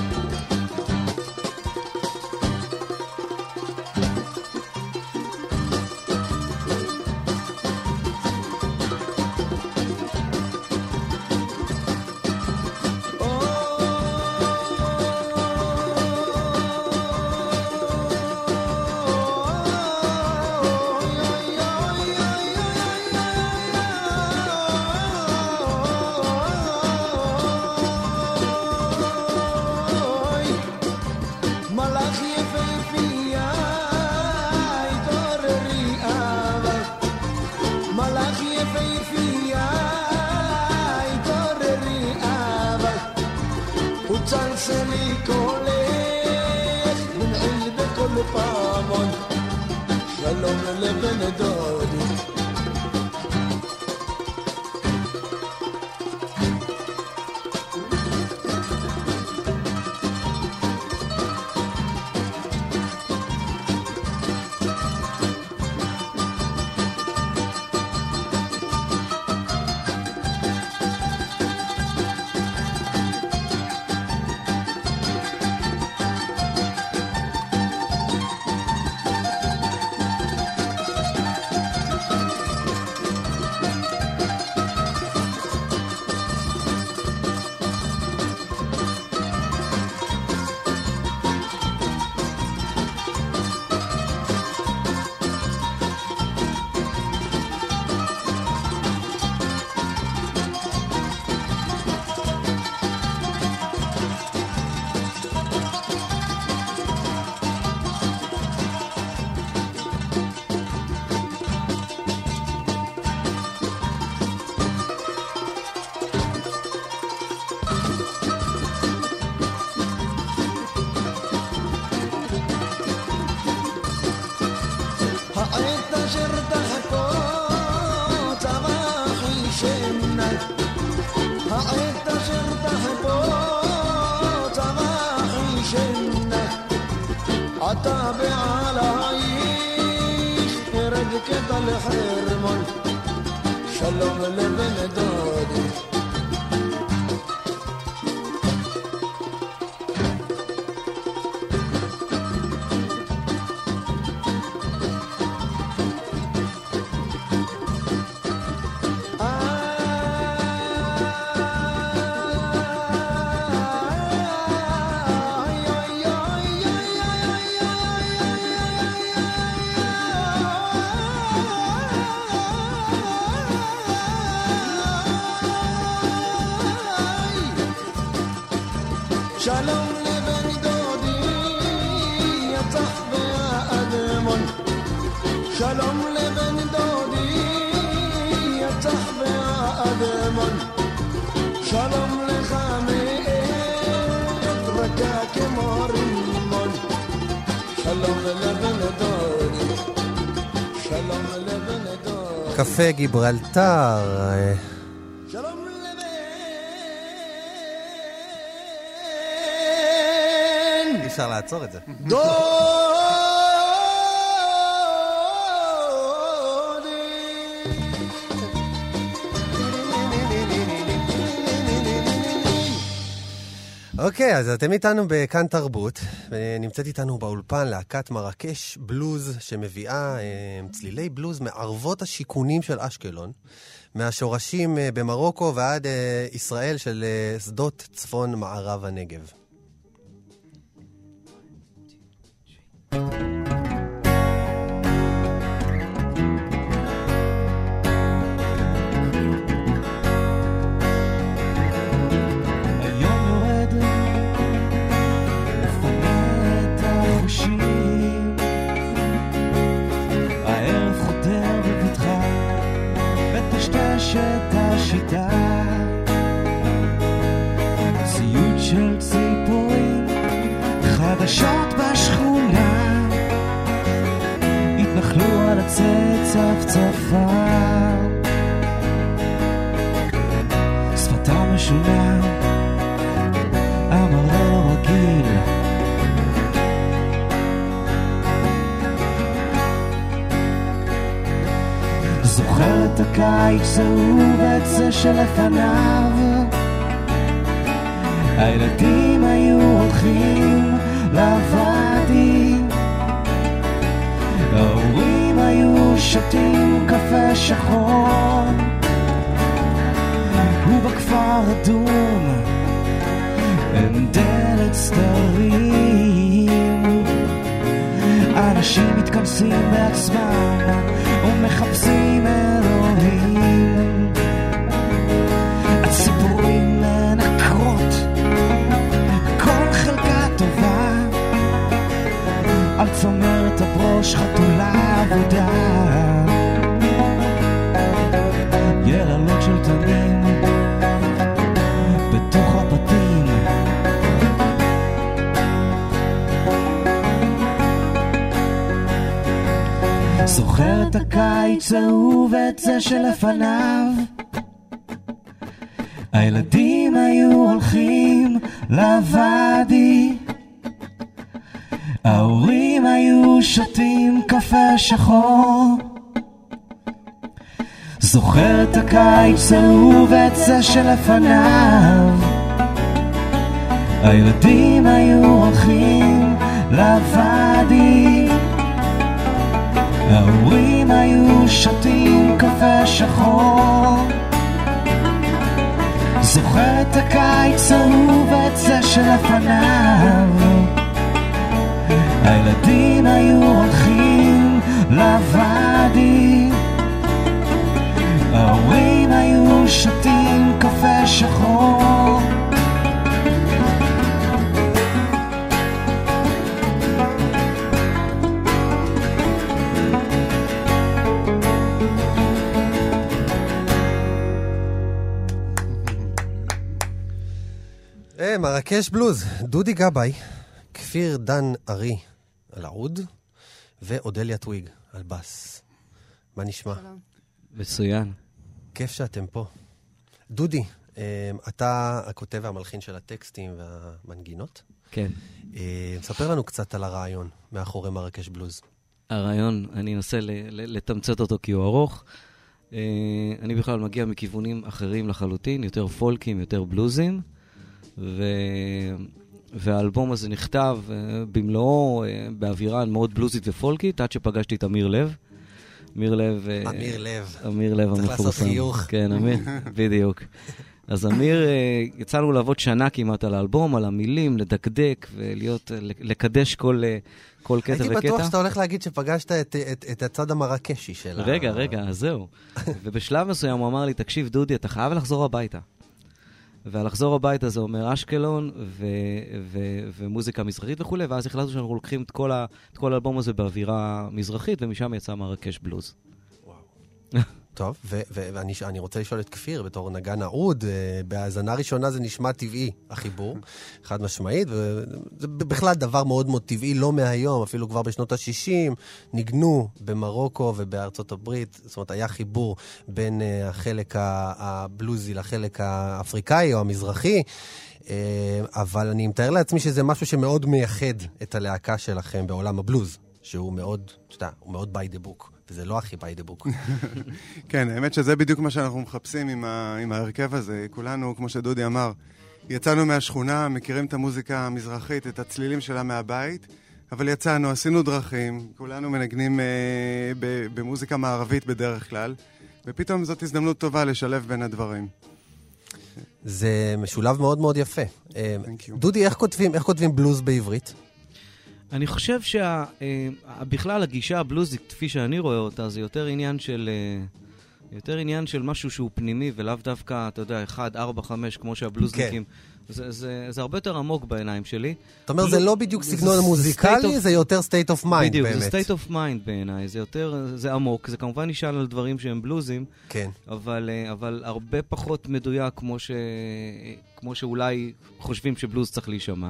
שלום לבן דודי. ساكت الحرمان شلون لبن دودي שלום לבן דודי, יא צחבי האדמון. שלום לבן דודי, יא צחבי האדמון. שלום לך מאת רכה כמו רימון. שלום לבן דודי, שלום לבן דודי.
קפה גיברלטר.
שלום
אפשר לעצור את זה.
דודי.
אוקיי, אז אתם איתנו בכאן תרבות, ונמצאת איתנו באולפן להקת מרקש בלוז, שמביאה צלילי בלוז מערבות השיכונים של אשקלון, מהשורשים במרוקו ועד ישראל של שדות צפון מערב הנגב.
את השיטה ציוד של ציפורים חדשות בשכונה התנחלו על הצאת צפצפה שפתה משונה המראה לא רגיל זוכר את הקיץ צהוב את זה שלפניו הילדים היו הולכים לוואדי ההורים היו שותים קפה שחור ובכפר אדום אין דלת סתרים אנשים מתכנסים בעצמם ומחפשים אלוהים הציפורים מנקרות כל חלקה טובה על צמרת הברוש חתולה עבודה יללות של תנים בתוך הבתים זוכר את הקיץ צהוב את זה שלפניו הילדים היו הולכים לוואדי ההורים היו שותים קפה שחור זוכר את הקיץ צהוב את זה שלפניו הילדים היו הולכים לוואדי ההורים היו שותים קפה שחור זוכר את הקיץ צהוב את זה שלפניו הילדים היו הולכים לוואדי ההורים היו שותים קפה שחור
מרקש בלוז, דודי גבאי, כפיר דן ארי על העוד, ואודליה טוויג על בס. מה נשמע?
מצוין.
כיף שאתם פה. דודי, אתה הכותב והמלחין של הטקסטים והמנגינות.
כן.
ספר לנו קצת על הרעיון מאחורי מרקש בלוז.
הרעיון, אני אנסה לתמצת אותו כי הוא ארוך. אני בכלל מגיע מכיוונים אחרים לחלוטין, יותר פולקים, יותר בלוזים, והאלבום הזה נכתב במלואו באווירה מאוד בלוזית ופולקית, עד שפגשתי את אמיר לב. אמיר לב...
אמיר לב.
אמיר לב המפורסם.
צריך לעשות חיוך.
כן, אמיר, בדיוק. אז אמיר, יצאנו לעבוד שנה כמעט על האלבום, על המילים, לדקדק ולהיות, לקדש כל, כל קטע וקטע.
הייתי בטוח שאתה הולך להגיד שפגשת את, את, את הצד המרקשי שלה.
רגע, רגע, אז זהו. ובשלב מסוים הוא אמר לי, תקשיב דודי, אתה חייב לחזור הביתה. והלחזור הביתה זה אומר אשקלון ו- ו- ומוזיקה מזרחית וכו', ואז החלטנו שאנחנו לוקחים את כל, ה- את כל האלבום הזה באווירה מזרחית, ומשם יצא מרקש בלוז.
וואו. טוב, ו- ו- ואני אני רוצה לשאול את כפיר, בתור נגן העוד, בהאזנה ראשונה זה נשמע טבעי, החיבור, חד משמעית, וזה בכלל דבר מאוד מאוד טבעי, לא מהיום, אפילו כבר בשנות ה-שישים, ניגנו במרוקו ובארצות הברית, זאת אומרת, היה חיבור בין החלק הבלוזי לחלק האפריקאי או המזרחי, אבל אני מתאר לעצמי שזה משהו שמאוד מייחד את הלהקה שלכם בעולם הבלוז, שהוא מאוד, שאתה, הוא מאוד by the book. וזה לא הכי by the book.
כן, האמת שזה בדיוק מה שאנחנו מחפשים עם, ה, עם ההרכב הזה. כולנו, כמו שדודי אמר, יצאנו מהשכונה, מכירים את המוזיקה המזרחית, את הצלילים שלה מהבית, אבל יצאנו, עשינו דרכים, כולנו מנגנים אה, ב, במוזיקה מערבית בדרך כלל, ופתאום זאת הזדמנות טובה לשלב בין הדברים.
זה משולב מאוד מאוד יפה. דודי, איך כותבים, איך כותבים בלוז בעברית?
אני חושב שבכלל הגישה הבלוזית, כפי שאני רואה אותה, זה יותר עניין של יותר עניין של משהו שהוא פנימי, ולאו דווקא, אתה יודע, אחד, ארבע, חמש, כמו שהבלוזניקים. זה, זה, זה הרבה יותר עמוק בעיניים שלי.
אתה אומר, זה לא בדיוק סגנון מוזיקלי, זה יותר state of mind, באמת.
בדיוק, זה state of mind בעיניי, זה יותר, זה עמוק, זה כמובן נשאל על דברים שהם בלוזים,
כן.
אבל, אבל הרבה פחות מדויק כמו ש, כמו שאולי חושבים שבלוז צריך להישמע.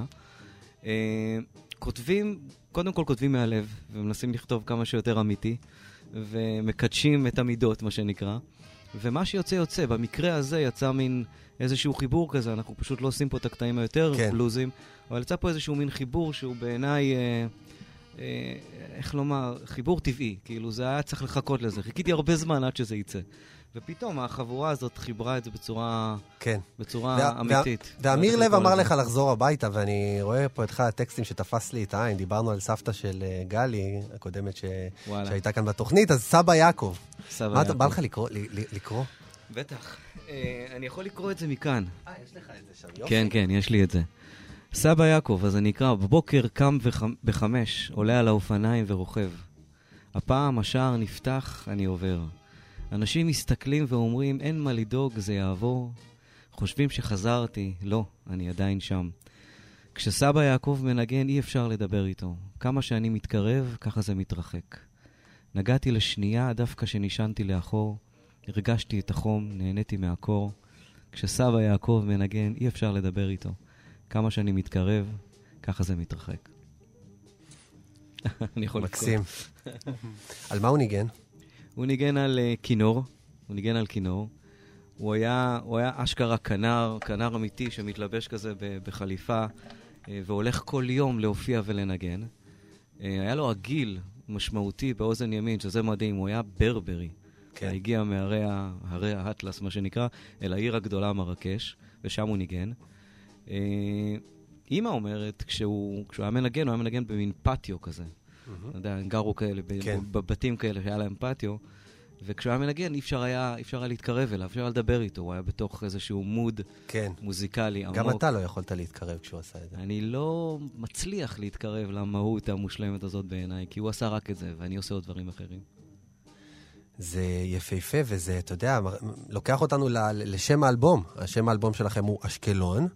כותבים, קודם כל כותבים מהלב, ומנסים לכתוב כמה שיותר אמיתי, ומקדשים את המידות, מה שנקרא. ומה שיוצא יוצא, במקרה הזה יצא מין איזשהו חיבור כזה, אנחנו פשוט לא עושים פה את הקטעים היותר כן. בלוזים, אבל יצא פה איזשהו מין חיבור שהוא בעיניי, אה, אה, איך לומר, חיבור טבעי, כאילו זה היה צריך לחכות לזה, חיכיתי הרבה זמן עד שזה יצא. ופתאום החבורה הזאת חיברה את זה בצורה,
כן.
בצורה
וה,
אמיתית.
וה, ואמיר לב אמר לך לחזור הביתה, ואני רואה פה את אחד הטקסטים שתפס לי את העין, דיברנו על סבתא של גלי, הקודמת ש... שהייתה כאן בתוכנית, אז סבא יעקב.
סבא
מה
יעקב.
אתה בא לך לקרוא? לקרוא?
בטח. אה, אני יכול לקרוא את זה מכאן.
אה, יש לך את זה שם, יופי.
כן, כן, יש לי את זה. סבא יעקב, אז אני אקרא, בבוקר קם בחמש, עולה על האופניים ורוכב. הפעם השער נפתח, אני עובר. אנשים מסתכלים ואומרים, אין מה לדאוג, זה יעבור. חושבים שחזרתי, לא, אני עדיין שם. כשסבא יעקב מנגן, אי אפשר לדבר איתו. כמה שאני מתקרב, ככה זה מתרחק. נגעתי לשנייה, דווקא שנשענתי לאחור. הרגשתי את החום, נהניתי מהקור. כשסבא יעקב מנגן, אי אפשר לדבר איתו. כמה שאני מתקרב, ככה זה מתרחק. אני יכול לקרוא.
מקסים. על מה הוא ניגן?
הוא ניגן על uh, כינור, הוא ניגן על כינור. הוא היה, הוא היה אשכרה כנר, כנר אמיתי שמתלבש כזה ב- בחליפה, uh, והולך כל יום להופיע ולנגן. Uh, היה לו הגיל משמעותי באוזן ימין, שזה מדהים, הוא היה ברברי. כן. הגיע מהרי הרי האטלס, מה שנקרא, אל העיר הגדולה מרקש, ושם הוא ניגן. Uh, אמא אומרת, כשהוא, כשהוא היה מנגן, הוא היה מנגן במין פטיו כזה. אתה יודע, גרו כאלה, בבתים כאלה שהיה להם פטיו, וכשהוא היה מנגן, אי אפשר היה, אי אפשר היה להתקרב אליו, אפשר היה לדבר איתו, הוא היה בתוך איזשהו מוד מוזיקלי עמוק.
גם אתה לא יכולת להתקרב כשהוא עשה את זה.
אני לא מצליח להתקרב למהות המושלמת הזאת בעיניי, כי הוא עשה רק את זה, ואני עושה עוד דברים אחרים.
זה יפהפה, וזה, אתה יודע, לוקח אותנו לשם האלבום. השם האלבום שלכם הוא אשקלון,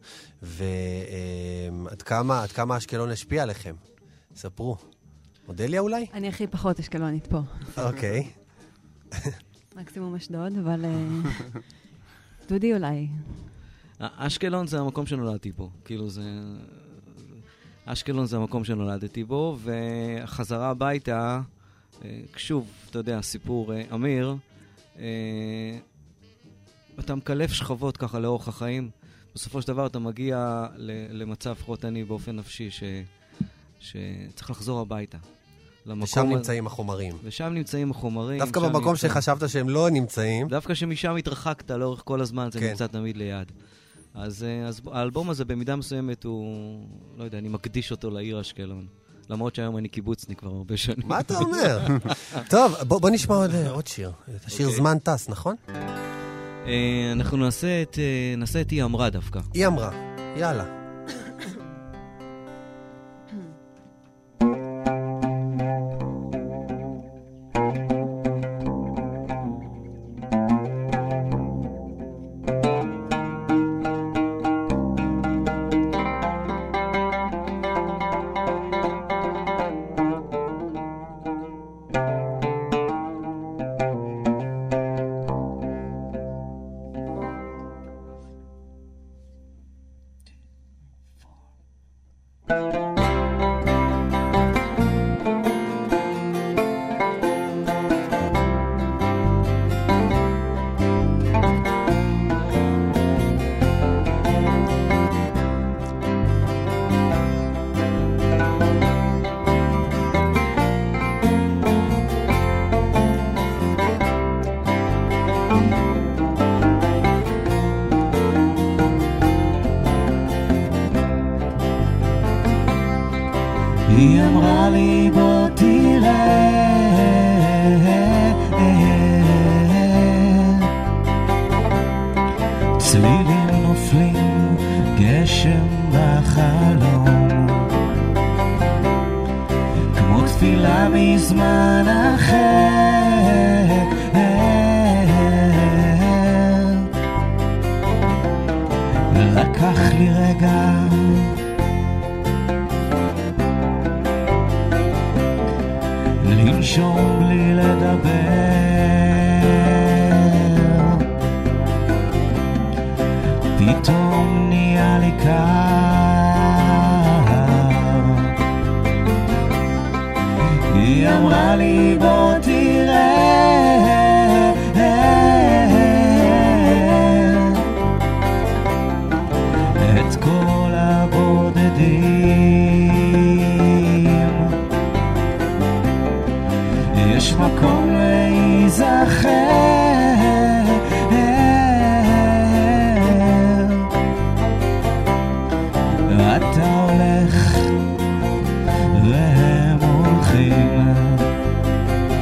ועד כמה, עד כמה אשקלון השפיע עליכם? ספרו. אודליה אולי?
אני הכי פחות אשקלונית פה.
אוקיי.
מקסימום אשדוד, אבל דודי אולי.
אשקלון זה המקום שנולדתי בו. כאילו זה... אשקלון זה המקום שנולדתי בו, והחזרה הביתה, שוב, אתה יודע, סיפור אמיר, אתה מקלף שכבות ככה לאורך החיים. בסופו של דבר אתה מגיע למצב חוטני באופן נפשי ש... שצריך לחזור הביתה.
ושם נמצאים החומרים.
ושם נמצאים החומרים.
דווקא במקום שחשבת שהם לא נמצאים.
דווקא שמשם התרחקת לאורך כל הזמן, זה נמצא תמיד ליד. אז האלבום הזה במידה מסוימת הוא, לא יודע, אני מקדיש אותו לעיר אשקלון. למרות שהיום אני קיבוצניק כבר הרבה שנים.
מה אתה אומר? טוב, בוא נשמע עוד שיר. השיר זמן טס, נכון?
אנחנו נעשה את היא אמרה דווקא.
היא אמרה, יאללה.
היא אמרה לי בוא תראה צלילים נופלים גשם בחלום כמו תפילה מזמן אחר לקח לי רגע לנשום בלי לדבר פתאום נהיה לי קר היא אמרה לי בוא תראה את כל הבודדים יש מקום להיזכר אתה הולך והם הולכים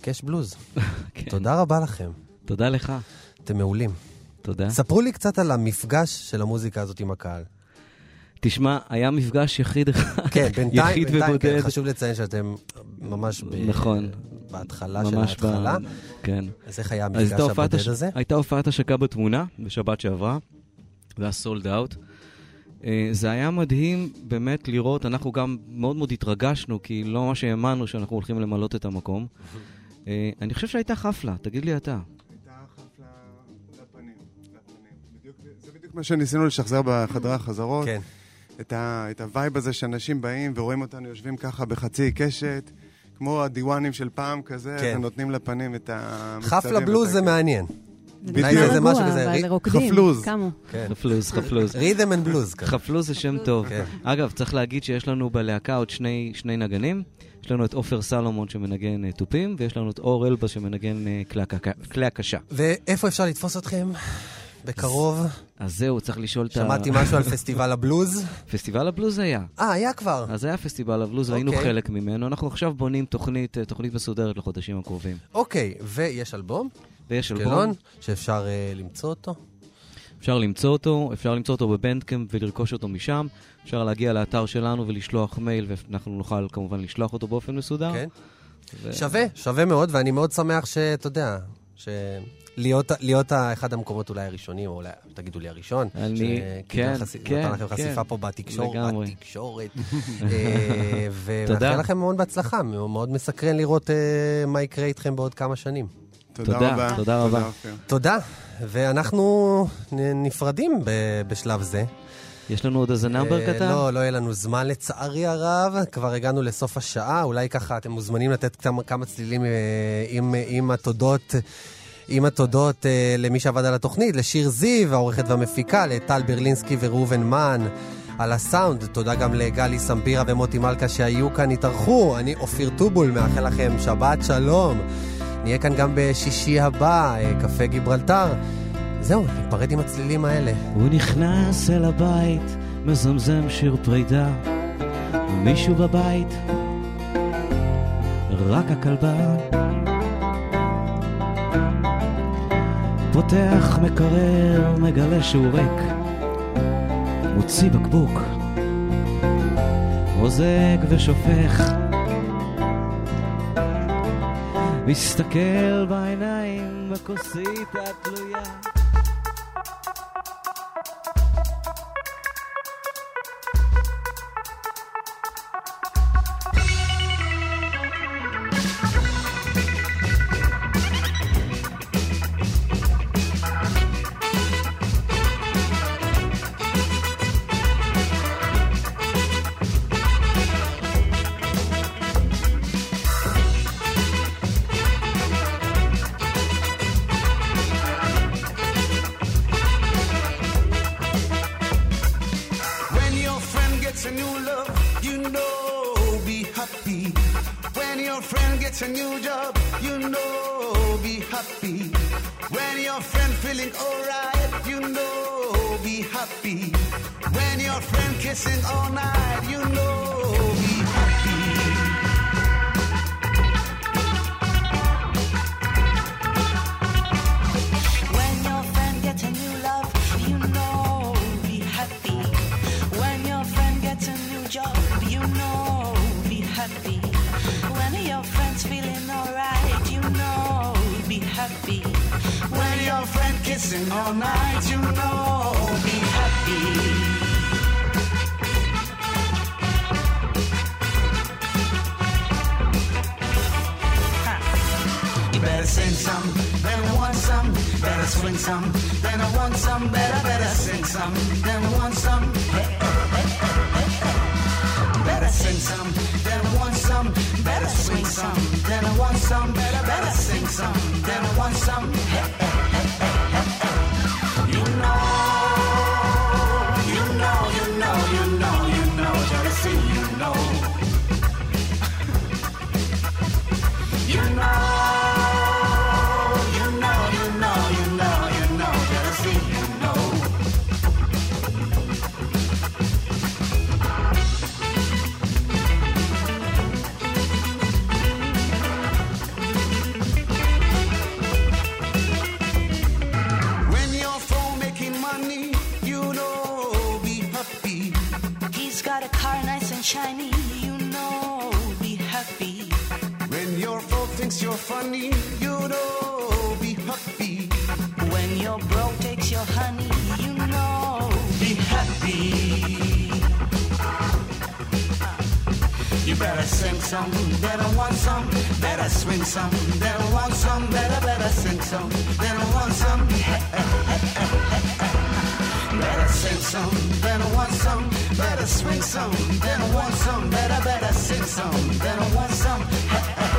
מבקש בלוז. תודה רבה לכם.
תודה לך.
אתם מעולים.
תודה.
ספרו לי קצת על המפגש של המוזיקה הזאת עם הקהל.
תשמע, היה מפגש יחיד אחד.
כן, בינתיים,
יחיד
בינתיים
ובודד.
כן, חשוב לציין שאתם ממש ב...
נכון.
בהתחלה של ההתחלה.
ב... כן.
אז איך היה המפגש הבודד הש... הזה?
הייתה הופעת השקה בתמונה, בשבת שעברה, והיה סולד אאוט. זה היה מדהים באמת לראות, אנחנו גם מאוד מאוד התרגשנו, כי לא מה שהאמנו שאנחנו הולכים למלות את המקום. אני חושב שהייתה חפלה, תגיד לי אתה.
הייתה חפלה לפנים, לפנים. זה בדיוק מה שניסינו לשחזר בחדרי החזרות.
כן.
את, ה, את הווייב הזה שאנשים באים ורואים אותנו יושבים ככה בחצי קשת, כמו הדיוואנים של פעם כזה, כן. ונותנים לפנים את המצבים.
חפלה בלוז זה מעניין.
זה משהו כזה.
חפלוז.
חפלוז, חפלוז.
ריתם אנד בלוז.
חפלוז זה שם טוב. אגב, צריך להגיד שיש לנו בלהקה עוד שני נגנים. יש לנו את אופר סלומון שמנגן טופים, ויש לנו את אור אלבס שמנגן כלי הקשה.
ואיפה אפשר לתפוס אתכם? בקרוב.
אז זהו, צריך לשאול את ה...
שמעתי משהו על פסטיבל הבלוז.
פסטיבל הבלוז היה.
אה, היה כבר.
אז היה פסטיבל הבלוז, היינו חלק ממנו. אנחנו עכשיו בונים תוכנית, תוכנית מסודרת לחודשים הקרובים.
אוקיי, ויש אלבום?
ויש אלבום.
קלון, שאפשר למצוא אותו?
אפשר למצוא אותו, אפשר למצוא אותו בבנדקאמפ ולרכוש אותו משם. אפשר להגיע לאתר שלנו ולשלוח מייל, ואנחנו נוכל כמובן לשלוח אותו באופן מסודר.
כן. שווה, שווה מאוד, ואני מאוד שמח שאתה יודע, ש... להיות, להיות אחד המקומות אולי הראשונים, או אולי תגידו לי הראשון,
אני, כן,
חס...
כן,
נתן לכם
כן,
חשיפה פה בתקשור, בתקשורת.
תודה.
ומאחל לכם מאוד בהצלחה, מאוד מסקרן לראות מה יקרה איתכם בעוד כמה שנים.
תודה רבה.
תודה רבה.
תודה, ואנחנו נפרדים בשלב זה.
יש לנו עוד איזה נאמבר קטן?
לא, לא יהיה לנו זמן לצערי הרב, כבר הגענו לסוף השעה, אולי ככה אתם מוזמנים לתת כמה צלילים עם התודות, עם התודות uh, למי שעבד על התוכנית, לשיר זיו, העורכת והמפיקה, לטל ברלינסקי וראובן מן, על הסאונד. תודה גם לגלי סמפירה ומוטי מלכה שהיו כאן, התארחו. אני אופיר טובול, מאחל לכם שבת שלום. נהיה כאן גם בשישי הבא, uh, קפה גיברלטר. זהו, ניפרד עם הצלילים האלה.
הוא נכנס אל הבית, מזמזם שיר פרידה, ומישהו בבית, רק הכלבה. פותח מקרר, מגלה שהוא ריק, מוציא בקבוק, מוזג ושופך, מסתכל בעיניים בכוסית התלויה.
better sing some, better want some, better swing some, better want some, better, better sing some, better want some. Better sing some, better want some, better swing some, better want some, better, better sing some, better want some.